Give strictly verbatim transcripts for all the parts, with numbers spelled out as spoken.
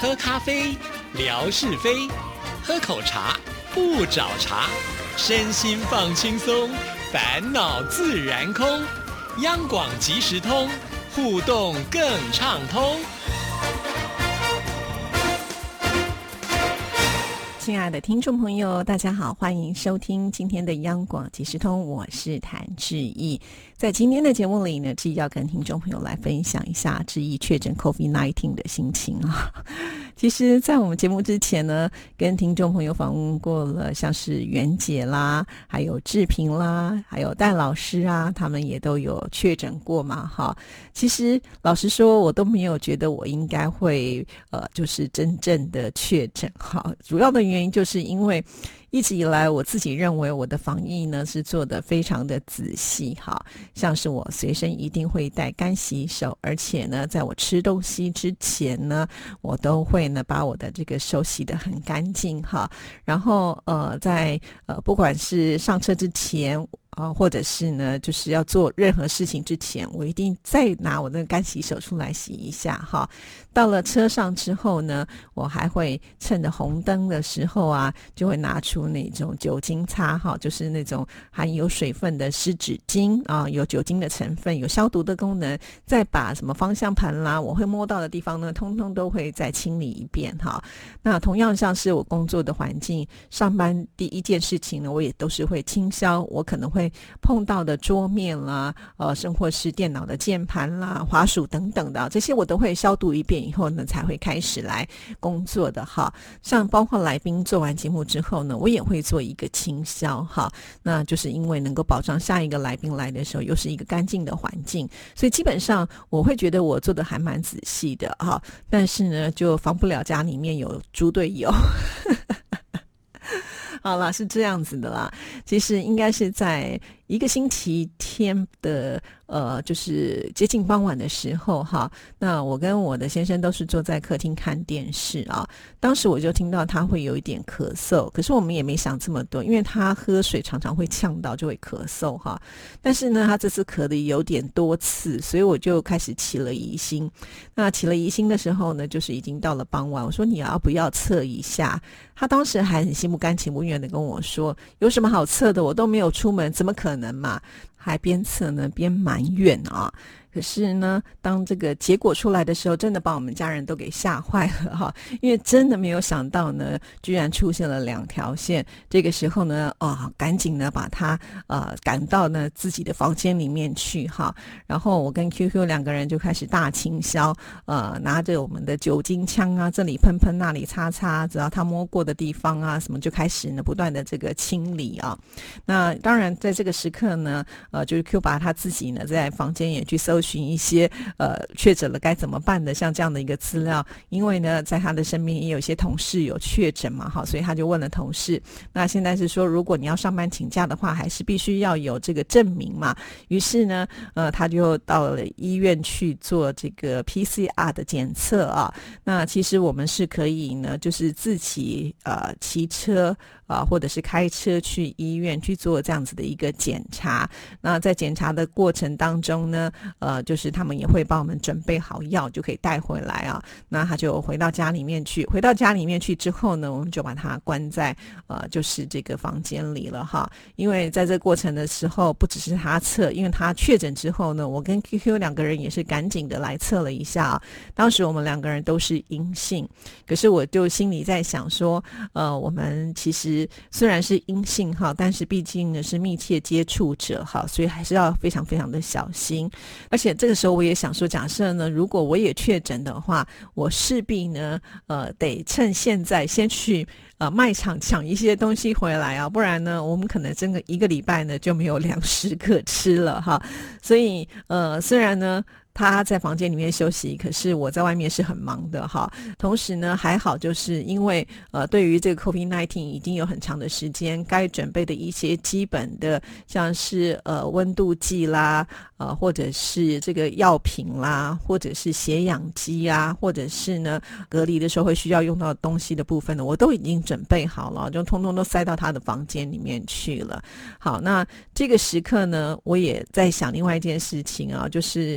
喝咖啡，聊是非；喝口茶，不找茬。身心放轻松，烦恼自然空。央广即时通，互动更畅通。 亲爱的听众朋友，大家好，欢迎收听今天的央广即时通，我是谭志毅。在今天的节目里呢，志毅要跟听众朋友来分享一下志毅确诊 COVID 十九 的心情啊。其实在我们节目之前呢，跟听众朋友访问过了像是袁姐啦，还有志平啦，还有戴老师啊，他们也都有确诊过嘛哈。其实老实说，我都没有觉得我应该会呃，就是真正的确诊哈。主要的原因就是因为一直以来我自己认为我的防疫呢是做得非常的仔细哈，像是我随身一定会带干洗手，而且呢在我吃东西之前呢，我都会呢把我的这个手洗得很干净哈，然后呃在呃不管是上车之前啊、呃，或者是呢，就是要做任何事情之前，我一定再拿我的干洗手出来洗一下哈。到了车上之后呢，我还会趁着红灯的时候啊，就会拿出那种酒精擦哈，就是那种含有水分的湿纸巾啊，有酒精的成分，有消毒的功能，再把什么方向盘啦，我会摸到的地方呢，通通都会再清理一遍哈。那同样像是我工作的环境，上班第一件事情呢，我也都是会清消，我可能会碰到的桌面啦，呃，甚或是电脑的键盘啦、滑鼠等等的，这些我都会消毒一遍以后呢，才会开始来工作的哈。像包括来宾做完节目之后呢，我也会做一个清消哈，那就是因为能够保障下一个来宾来的时候又是一个干净的环境，所以基本上我会觉得我做的还蛮仔细的哈。但是呢，就防不了家里面有猪队友。好啦，是这样子的啦。其实应该是在一个星期天的呃，就是接近傍晚的时候哈，那我跟我的先生都是坐在客厅看电视啊。当时我就听到他会有一点咳嗽，可是我们也没想这么多，因为他喝水常常会呛到，就会咳嗽哈。但是呢，他这次咳的有点多次，所以我就开始起了疑心。那起了疑心的时候呢，就是已经到了傍晚，我说你要不要测一下？他当时还很心不甘情不愿的跟我说，有什么好测的？我都没有出门，怎么可能嘛？还边测呢边埋怨啊。可是呢，当这个结果出来的时候，真的把我们家人都给吓坏了哈，因为真的没有想到呢，居然出现了两条线。这个时候呢，哦，赶紧呢把他呃赶到呢自己的房间里面去哈。然后我跟 Q Q 两个人就开始大清消，呃，拿着我们的酒精枪啊，这里喷喷那里擦擦，只要他摸过的地方啊什么，就开始呢不断的这个清理啊。那当然在这个时刻呢，呃，就是 Q 把他自己呢在房间也去搜寻一些呃确诊了该怎么办的像这样的一个资料，因为呢在他的身边也有一些同事有确诊嘛，好，所以他就问了同事，那现在是说如果你要上班请假的话，还是必须要有这个证明嘛。于是呢呃他就到了医院去做这个 P C R 的检测啊。那其实我们是可以呢就是自己呃骑车啊、呃、或者是开车去医院去做这样子的一个检查。那在检查的过程当中呢呃就是他们也会帮我们准备好药，就可以带回来啊。那他就回到家里面去，回到家里面去之后呢，我们就把他关在呃就是这个房间里了哈。因为在这个过程的时候，不只是他测，因为他确诊之后呢，我跟 Q Q 两个人也是赶紧的来测了一下啊。当时我们两个人都是阴性，可是我就心里在想说，呃，我们其实虽然是阴性哈，但是毕竟呢是密切接触者哈，所以还是要非常非常的小心。而且这个时候我也想说，假设呢，如果我也确诊的话，我势必呢，呃，得趁现在先去呃卖场抢一些东西回来啊，不然呢，我们可能整个一个礼拜呢就没有粮食可吃了哈。所以呃，虽然呢他在房间里面休息，可是我在外面是很忙的哈。同时呢，还好就是因为呃，对于这个 COVID 十九 已经有很长的时间，该准备的一些基本的，像是呃温度计啦，呃或者是这个药品啦，或者是血氧机啊，或者是呢隔离的时候会需要用到的东西的部分呢，我都已经准备好了，就通通都塞到他的房间里面去了。好，那这个时刻呢，我也在想另外一件事情啊，就是希望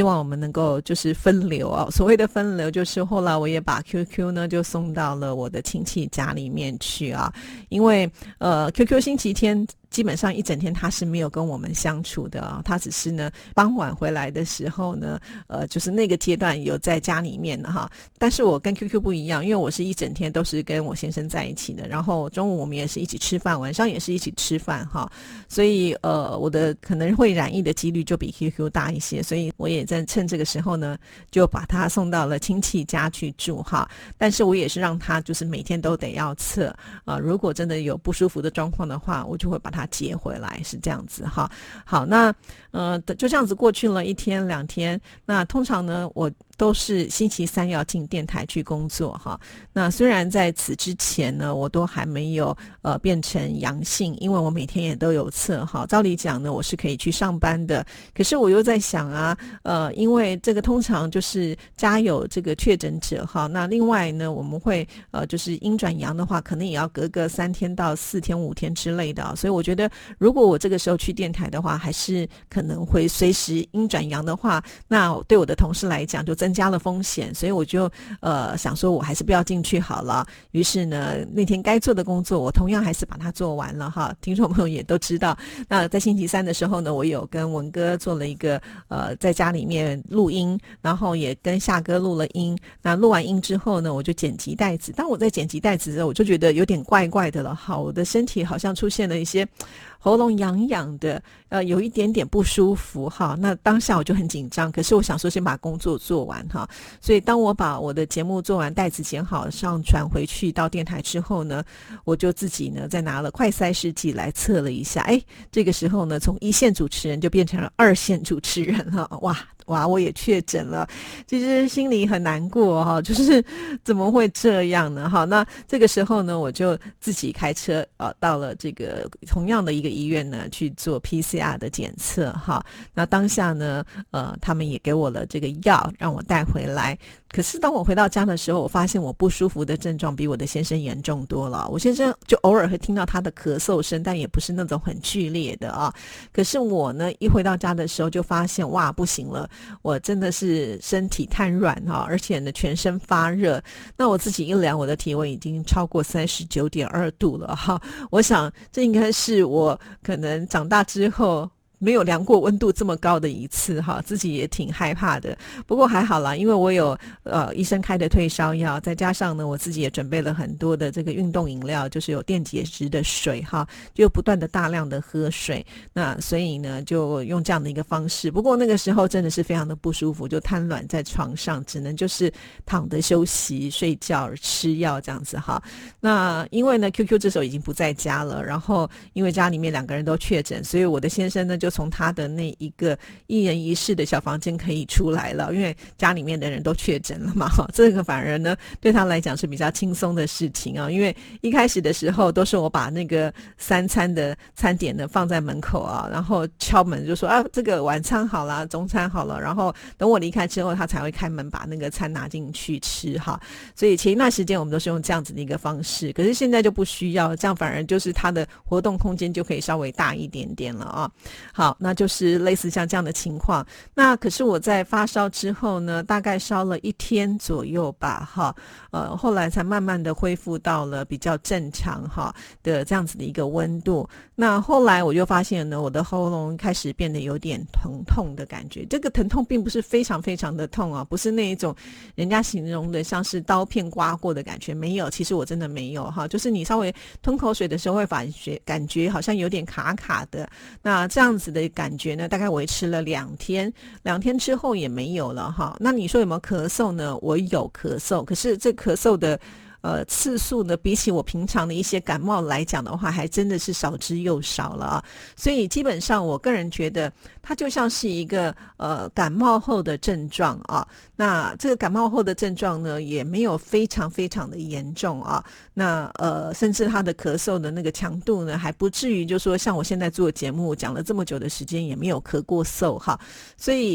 望我们能够就是分流啊。所谓的分流，就是后来我也把 Q Q 呢就送到了我的亲戚家里面去啊，因为呃 Q Q 星期天基本上一整天他是没有跟我们相处的啊，他只是呢傍晚回来的时候呢，呃，就是那个阶段有在家里面的哈。但是我跟 Q Q 不一样，因为我是一整天都是跟我先生在一起的，然后中午我们也是一起吃饭，晚上也是一起吃饭哈，所以呃，我的可能会染疫的几率就比 Q Q 大一些，所以我也在趁这个时候呢，就把他送到了亲戚家去住哈。但是我也是让他就是每天都得要测啊、呃，如果真的有不舒服的状况的话，我就会把他接回来，是这样子哈。好，那呃就这样子过去了一天两天，那通常呢我都是星期三要进电台去工作哈。那虽然在此之前呢，我都还没有呃变成阳性，因为我每天也都有测哈。照理讲呢，我是可以去上班的。可是我又在想啊，呃，因为这个通常就是家有这个确诊者哈，那另外呢，我们会呃就是阴转阳的话，可能也要隔个三天到四天五天之类的啊。所以我觉得，如果我这个时候去电台的话，还是可能会随时阴转阳的话，那对我的同事来讲就增加了风险，所以我就呃想说我还是不要进去好了。于是呢，那天该做的工作我同样还是把它做完了哈。听众朋友也都知道，那在星期三的时候呢，我有跟文哥做了一个呃在家里面录音，然后也跟夏哥录了音。那录完音之后呢，我就剪辑带子。当我在剪辑带子的时候，我就觉得有点怪怪的了哈，我的身体好像出现了一些喉咙痒痒的，呃，有一点点不舒服哈。那当下我就很紧张，可是我想说先把工作做完哈。所以当我把我的节目做完，带子剪好，上传回去到电台之后呢，我就自己呢再拿了快筛试剂来测了一下，哎，这个时候呢，从一线主持人就变成了二线主持人了，哇！哇，我也确诊了，其实心里很难过哈，就是怎么会这样呢？哈，那这个时候呢，我就自己开车呃到了这个同样的一个医院呢去做 P C R 的检测哈。那当下呢，呃，他们也给我了这个药让我带回来。可是当我回到家的时候，我发现我不舒服的症状比我的先生严重多了。我先生就偶尔会听到他的咳嗽声，但也不是那种很剧烈的啊。可是我呢，一回到家的时候就发现，哇，不行了，我真的是身体瘫软哈，而且呢全身发热。那我自己一量，我的体温已经超过三十九点二度了哈。我想这应该是我可能长大之后没有量过温度这么高的一次哈，自己也挺害怕的。不过还好啦，因为我有呃医生开的退烧药，再加上呢我自己也准备了很多的这个运动饮料，就是有电解质的水哈，就不断的大量的喝水。那所以呢就用这样的一个方式。不过那个时候真的是非常的不舒服，就瘫软在床上，只能就是躺着休息、睡觉、吃药这样子哈。那因为呢 Q Q 这时候已经不在家了，然后因为家里面两个人都确诊，所以我的先生呢就就从他的那一个一人一室的小房间可以出来了，因为家里面的人都确诊了嘛，这个反而呢对他来讲是比较轻松的事情啊。因为一开始的时候都是我把那个三餐的餐点呢放在门口啊，然后敲门就说啊这个晚餐好了，中餐好了，然后等我离开之后他才会开门把那个餐拿进去吃哈。所以前一段时间我们都是用这样子的一个方式，可是现在就不需要，这样反而就是他的活动空间就可以稍微大一点点了啊。好，那就是类似像这样的情况。那可是我在发烧之后呢，大概烧了一天左右吧，哈，呃，后来才慢慢的恢复到了比较正常哈的这样子的一个温度。那后来我就发现呢，我的喉咙开始变得有点疼痛的感觉。这个疼痛并不是非常非常的痛啊，不是那一种人家形容的像是刀片刮过的感觉，没有。其实我真的没有哈，就是你稍微吞口水的时候会感觉感觉好像有点卡卡的。那这样子的感觉呢，大概维持了两天，两天之后也没有了哈。那你说有没有咳嗽呢？我有咳嗽，可是这咳嗽的呃次数呢，比起我平常的一些感冒来讲的话，还真的是少之又少了啊。所以基本上我个人觉得它就像是一个呃感冒后的症状啊。那这个感冒后的症状呢，也没有非常非常的严重啊。那呃甚至它的咳嗽的那个强度呢，还不至于就说像我现在做节目讲了这么久的时间也没有咳过嗽哈。所以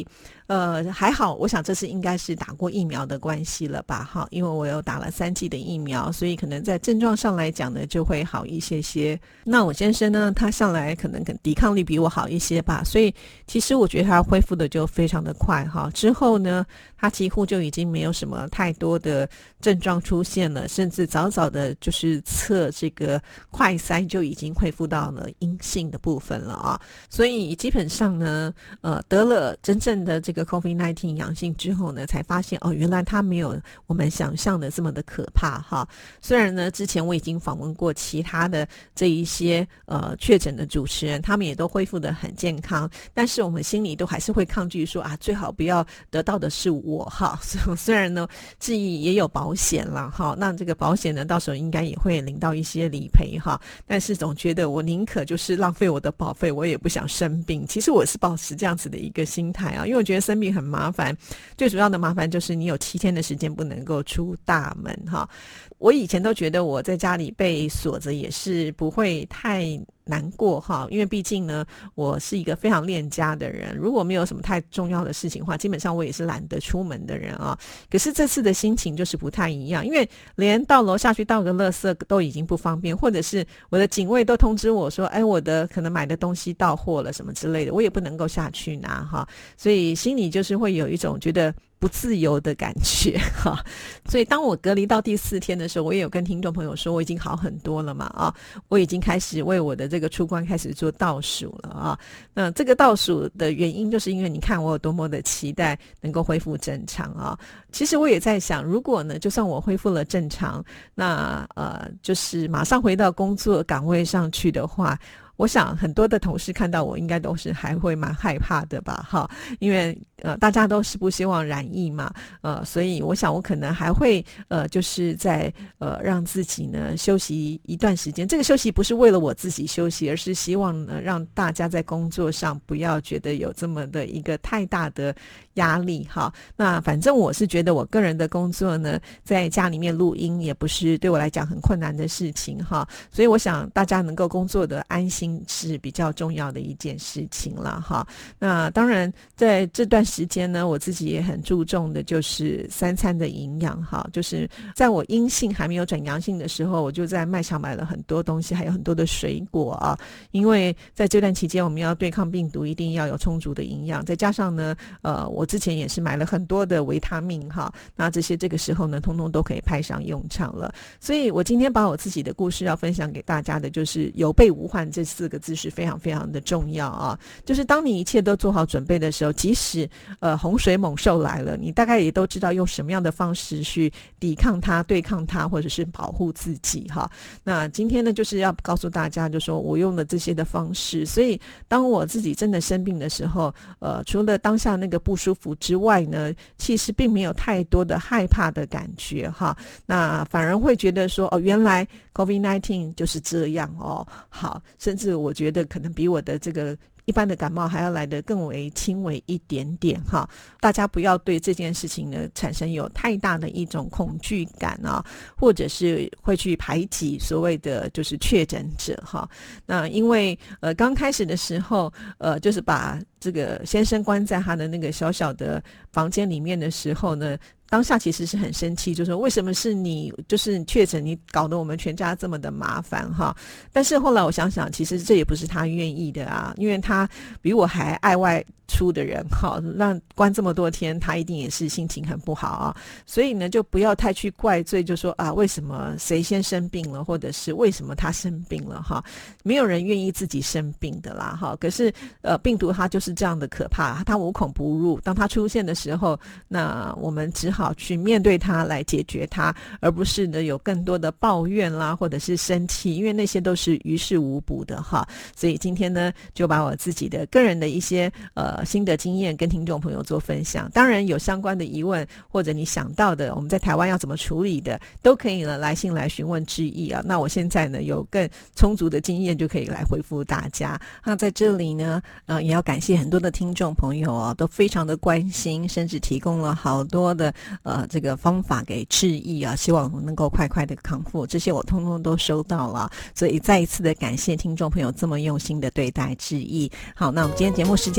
呃，还好，我想这次应该是打过疫苗的关系了吧，哈，因为我有打了三剂的疫苗，所以可能在症状上来讲呢，就会好一些些。那我先生呢，他上来可能抵抗力比我好一些吧，所以其实我觉得他恢复的就非常的快哈。之后呢，他几乎就已经没有什么太多的症状出现了，甚至早早的就是测这个快筛就已经恢复到了阴性的部分了啊。所以基本上呢，呃，得了真正的这个 COVID 十九 阳性之后呢，才发现哦，原来它没有我们想象的这么的可怕哈。虽然呢，之前我已经访问过其他的这一些呃确诊的主持人，他们也都恢复得很健康，但是我们心里都还是会抗拒说啊，最好不要得到的是我哈。虽然呢，志毅也有保险啦哈，那这个保险呢，到时候应该也会领到一些理赔哈，但是总觉得我宁可就是浪费我的保费，我也不想生病。其实我是抱持这样子的一个心态啊，因为我觉得生病很麻烦，最主要的麻烦就是你有七天的时间不能够出大门哈。我以前都觉得我在家里被锁着也是不会太难过哈，因为毕竟呢，我是一个非常恋家的人，如果没有什么太重要的事情的话，基本上我也是懒得出门的人啊。可是这次的心情就是不太一样，因为连到楼下去倒个垃圾都已经不方便，或者是我的警卫都通知我说，哎，我的可能买的东西到货了什么之类的，我也不能够下去拿哈，所以心里就是会有一种觉得不自由的感觉哈。所以当我隔离到第四天的时候，我也有跟听众朋友说我已经好很多了嘛啊，我已经开始为我的这个出关开始做倒数了啊。那这个倒数的原因就是因为你看我有多么的期待能够恢复正常啊。其实我也在想，如果呢就算我恢复了正常，那呃就是马上回到工作岗位上去的话，我想很多的同事看到我应该都是还会蛮害怕的吧哈，因为呃大家都是不希望染疫嘛，呃所以我想我可能还会呃就是在呃让自己呢休息一段时间。这个休息不是为了我自己休息，而是希望呢让大家在工作上不要觉得有这么的一个太大的压力哈。那反正我是觉得我个人的工作呢，在家里面录音也不是对我来讲很困难的事情哈，所以我想大家能够工作的安心是比较重要的一件事情了哈。那当然在这段时间呢，我自己也很注重的就是三餐的营养哈，就是在我阴性还没有转阳性的时候，我就在卖场买了很多东西，还有很多的水果啊，因为在这段期间我们要对抗病毒，一定要有充足的营养，再加上呢呃我之前也是买了很多的维他命哈，那这些这个时候呢通通都可以派上用场了。所以我今天把我自己的故事要分享给大家的就是有备无患这四个字是非常非常的重要啊，就是当你一切都做好准备的时候，即使呃洪水猛兽来了，你大概也都知道用什么样的方式去抵抗它、对抗它，或者是保护自己哈。那今天呢，就是要告诉大家，就说我用了这些的方式，所以当我自己真的生病的时候，呃，除了当下那个不舒服之外呢，其实并没有太多的害怕的感觉哈。那反而会觉得说，哦，原来 COVID 十九 就是这样哦。好，甚至我觉得可能比我的这个一般的感冒还要来得更为轻微一点点哈。大家不要对这件事情呢产生有太大的一种恐惧感啊，或者是会去排挤所谓的就是确诊者哈。那因为呃刚开始的时候呃就是把这个先生关在他的那个小小的房间里面的时候呢，当下其实是很生气，就说为什么是你就是确诊，你搞得我们全家这么的麻烦哈。但是后来我想想，其实这也不是他愿意的啊，因为他比我还爱外出的人哈，让关这么多天，他一定也是心情很不好啊。所以呢，就不要太去怪罪，就说啊为什么谁先生病了，或者是为什么他生病了哈。没有人愿意自己生病的啦哈。可是呃病毒它就是这样的可怕，它无孔不入，当它出现的时候，那我们只好去面对它来解决它，而不是呢有更多的抱怨啦或者是生气，因为那些都是于事无补的哈。所以今天呢就把我自己的个人的一些呃新的经验跟听众朋友做分享，当然有相关的疑问或者你想到的我们在台湾要怎么处理的都可以呢来信来询问志毅啊。那我现在呢有更充足的经验就可以来回复大家。那在这里呢呃也要感谢很多的听众朋友哦，都非常的关心，甚至提供了好多的呃这个方法给志毅啊，希望能够快快的康复，这些我通通都收到了，所以再一次的感谢听众朋友这么用心的对待志毅。好，那我们今天节目时间到了，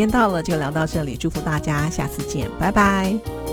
就聊到这里，祝福大家，下次见，拜拜。